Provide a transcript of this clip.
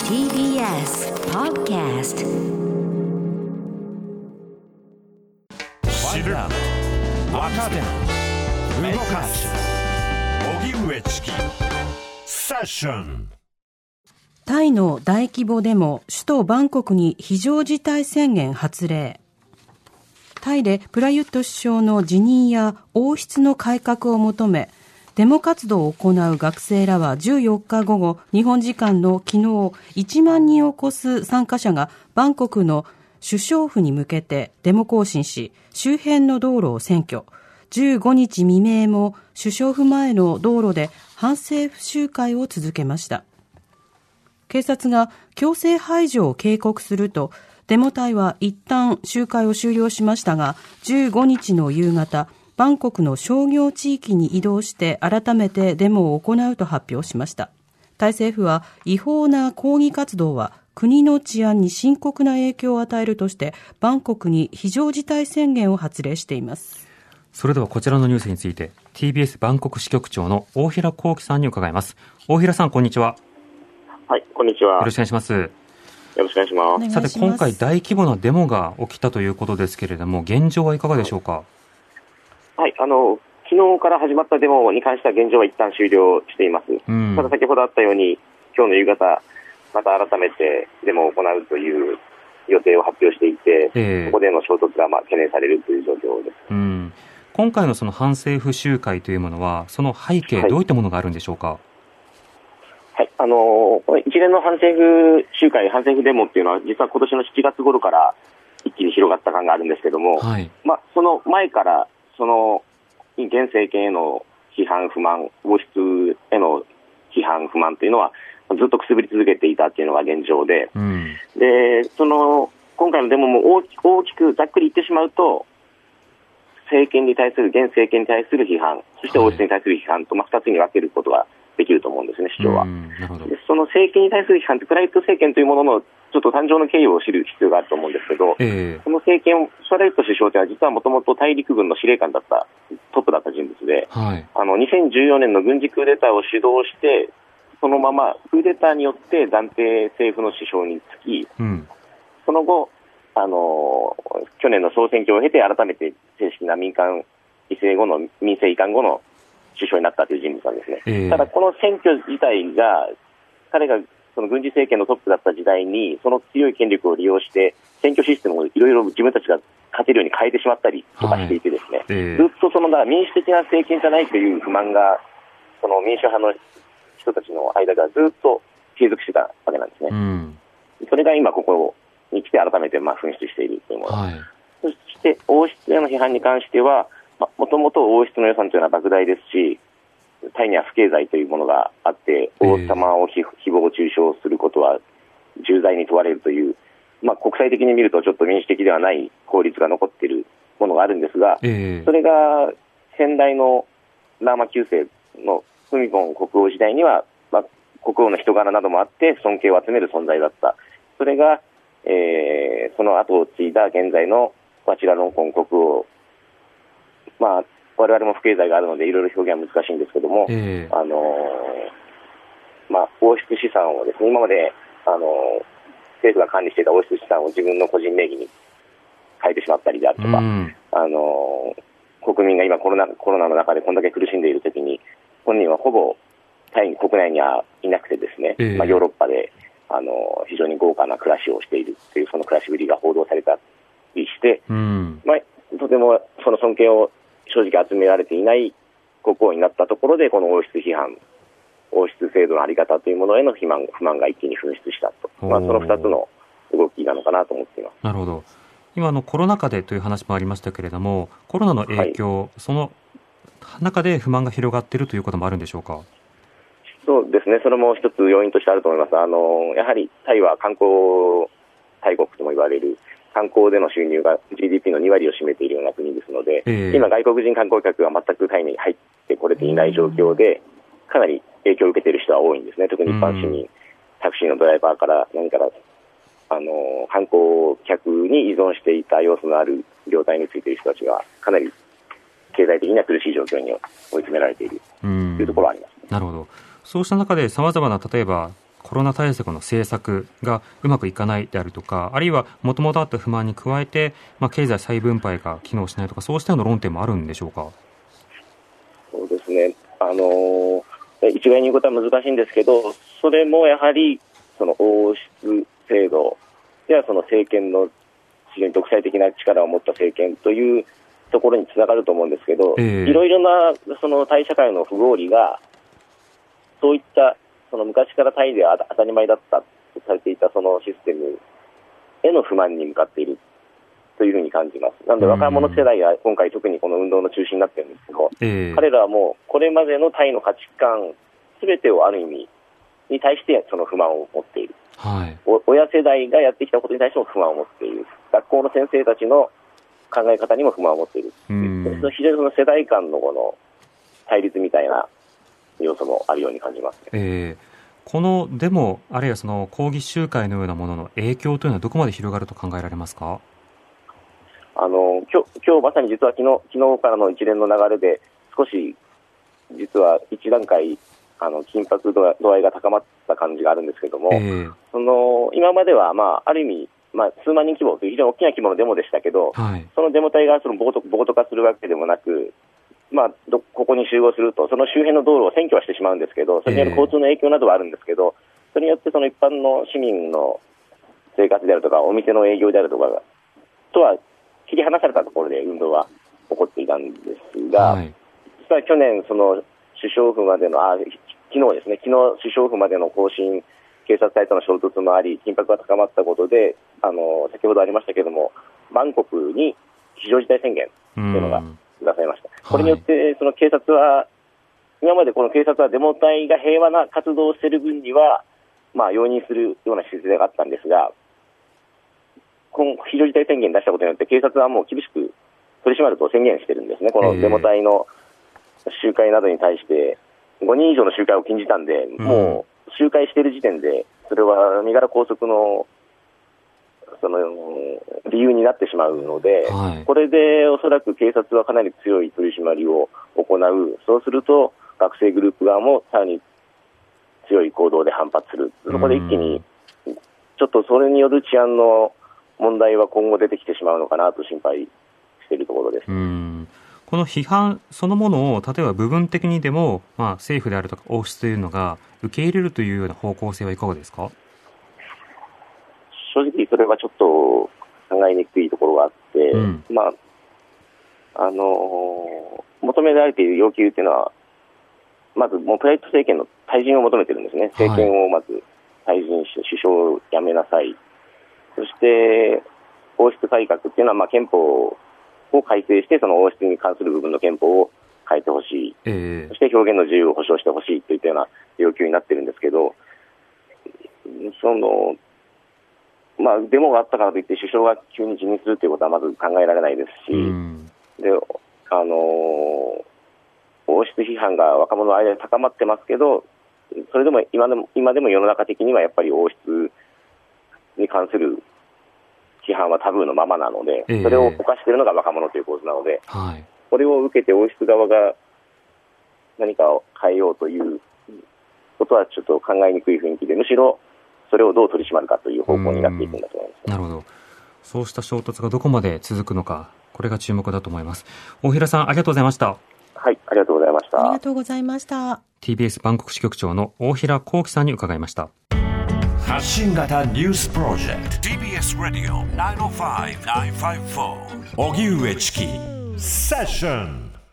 TBS Podcast 知る、わかる、動かす荻上チキセッション。 タイの大規模デモ、首都バンコクに非常事態宣言発令。タイでプラユット首相の辞任や王室の改革を求めデモ活動を行う学生らは14日午後、日本時間の昨日、1万人を超す参加者がバンコクの首相府に向けてデモ行進し、周辺の道路を占拠。15日未明も首相府前の道路で反政府集会を続けました。警察が強制排除を警告すると、デモ隊は一旦集会を終了しましたが、15日の夕方、バンコクの商業地域に移動して改めてデモを行うと発表しました。タイ政府は違法な抗議活動は国の治安に深刻な影響を与えるとして、バンコクに非常事態宣言を発令しています。 それではこちらのニュースについて TBS バンコク支局長の大平幸喜さんに伺います。大平さん、こんにちは。 はい、こんにちは。 よろしくお願いします。 よろしくお願いします。 さて、今回大規模なデモが起きたということですけれども、現状はいかがでしょうか。 はい、昨日から始まったデモに関しては現状は一旦終了しています。ただ先ほどあったように、今日の夕方また改めてデモを行うという予定を発表していて、ここでの衝突が懸念されるという状況です。 今回のその反政府集会というものは、その背景、どういったものがあるんでしょうか。 はい、この一連の反政府集会、反政府デモっていうのは実は今年の7月頃から一気に広がった感があるんですけども、その前からその現政権への批判不満、王室への批判不満というのはずっとくすぶり続けていたというのが現状で、で今回のデモも大きくざっくり言ってしまうと、政権に対する、現政権に対する批判、そして王室に対する批判と2つに分けることができると思うんですね、主張は。でその政権に対する批判って、プラユット政権というもののちょっと誕生の経緯を知る必要があると思うんですけど、この政権、プラユット首相というのは実はもともと大陸軍の司令官だった、トップだった人物で、2014年の軍事クーデターを主導して、そのままクーデターによって暫定政府の首相につき、その後、去年の総選挙を経て改めて正式な民政移管後の首相になったという人物なんですね。ただこの選挙自体が、彼がその軍事政権のトップだった時代にその強い権力を利用して選挙システムをいろいろ自分たちが勝てるように変えてしまったりとかしていてですね、ずっとだから民主的な政権じゃないという不満がその民主派の人たちの間がずっと継続してたわけなんですね。それが今ここに来て改めて噴出しているというもの、そして王室への批判に関しては、もともと王室の予算というのは莫大ですし、タイには不敬罪というものがあって、王様を誹謗中傷することは重罪に問われるという、国際的に見るとちょっと民主的ではない法律が残っているものがあるんですが、それが先代のラーマ9世のフミポン国王時代には、国王の人柄などもあって尊敬を集める存在だった。それが、その後を継いだ現在のワチラロンコン国王、我々も不敬罪があるのでいろいろ表現は難しいんですけども、王室資産をですね、今まで政府が管理していた王室資産を自分の個人名義に変えてしまったりであるとか、国民が今コロナの中でこんだけ苦しんでいるときに、本人はほぼタイ国内にはいなくてですね、ヨーロッパで非常に豪華な暮らしをしているというその暮らしぶりが報道されたりして、とてもその尊敬を正直集められていない国王になったところで、この王室批判、王室制度のあり方というものへの不満が一気に噴出したと、その2つの動きなのかなと思っています。 なるほど。今コロナ禍でという話もありましたけれども、コロナの影響、その中で不満が広がっているということもあるんでしょうか。 そうですね、それも一つ要因としてあると思います。やはりタイは観光大国とも言われる、観光での収入が GDP の2割を占めているような国ですので、今外国人観光客が全くタイに入ってこれていない状況で、かなり影響を受けている人は多いんですね。特に一般市民、タクシーのドライバーから何から観光客に依存していた要素のある業態についている人たちがかなり経済的には苦しい状況に追い詰められているというところはあります。 なるほど。そうした中で様々な例えばコロナ対策の政策がうまくいかないであるとか、あるいはもともとあった不満に加えて、経済再分配が機能しないとか、そうしたような論点もあるんでしょうか。 そうですね、一概に言うことは難しいんですけど、それもやはりその王室制度やその政権の非常に独裁的な力を持った政権というところにつながると思うんですけど、いろいろなそのタイ社会の不合理がそういったその昔からタイでは当たり前だったとされていたそのシステムへの不満に向かっているというふうに感じます。なので若者世代が今回特にこの運動の中心になっているんですけど、彼らはもうこれまでのタイの価値観すべてをある意味に対してその不満を持っている、親世代がやってきたことに対しても不満を持っている、学校の先生たちの考え方にも不満を持っている、非常にその世代間のこの対立みたいな要素もあるように感じますね。 このデモあるいはその抗議集会のようなものの影響というのはどこまで広がると考えられますか。今日まさに実は昨日からの一連の流れで少し実は一段階緊迫度合いが高まった感じがあるんですけども、今まではある意味、数万人規模という非常に大きな規模のデモでしたけど、そのデモ隊がその暴徒化するわけでもなく、ここに集合するとその周辺の道路を占拠はしてしまうんですけど、それによる交通の影響などはあるんですけど、それによってその一般の市民の生活であるとかお店の営業であるとかとは切り離されたところで運動は起こっていたんですが、実は去年その首相府までの昨日首相府までの行進警察隊との衝突もあり緊迫が高まったことで先ほどありましたけれどもバンコクに非常事態宣言というのが出されました。これによってその警察は今までこの警察はデモ隊が平和な活動をしている分には容認するような姿勢があったんですが、この非常事態宣言出したことによって警察はもう厳しく取り締まると宣言しているんですね。このデモ隊の集会などに対して5人以上の集会を禁じたんで、もう集会している時点でそれは身柄拘束のその理由になってしまうので、これでおそらく警察はかなり強い取り締まりを行う。そうすると学生グループ側もさらに強い行動で反発する。そこで一気にちょっとそれによる治安の問題は今後出てきてしまうのかなと心配しているところです。 この批判そのものを例えば部分的にでも、政府であるとか王室というのが受け入れるというような方向性はいかがですか。 正直それはちょっと考えにくいところがあって、求められている要求というのはまずもうプラユット政権の退陣を求めているんですね。政権をまず退陣して首相を辞めなさい。そして王室改革というのは憲法を改正してその王室に関する部分の憲法を変えてほしい、そして表現の自由を保障してほしいといったような要求になっているんですけど、デモがあったからといって首相が急に辞任するということはまず考えられないですし、で王室批判が若者の間で高まってますけど、それでも今でも世の中的にはやっぱり王室に関する批判はタブーのままなので、それを犯しているのが若者という構図なので、これを受けて王室側が何かを変えようということはちょっと考えにくい雰囲気で、むしろそれをどう取り締まるかという方向になっていくんだと思います。 なるほど。そうした衝突がどこまで続くのか、これが注目だと思います。大平さん、ありがとうございました。 はい、ありがとうございました。 ありがとうございました。 TBS バンコク支局長の大平幸喜さんに伺いました。 発信型ニュースプロジェクト TBS ラディオ905-954荻上チキセッション。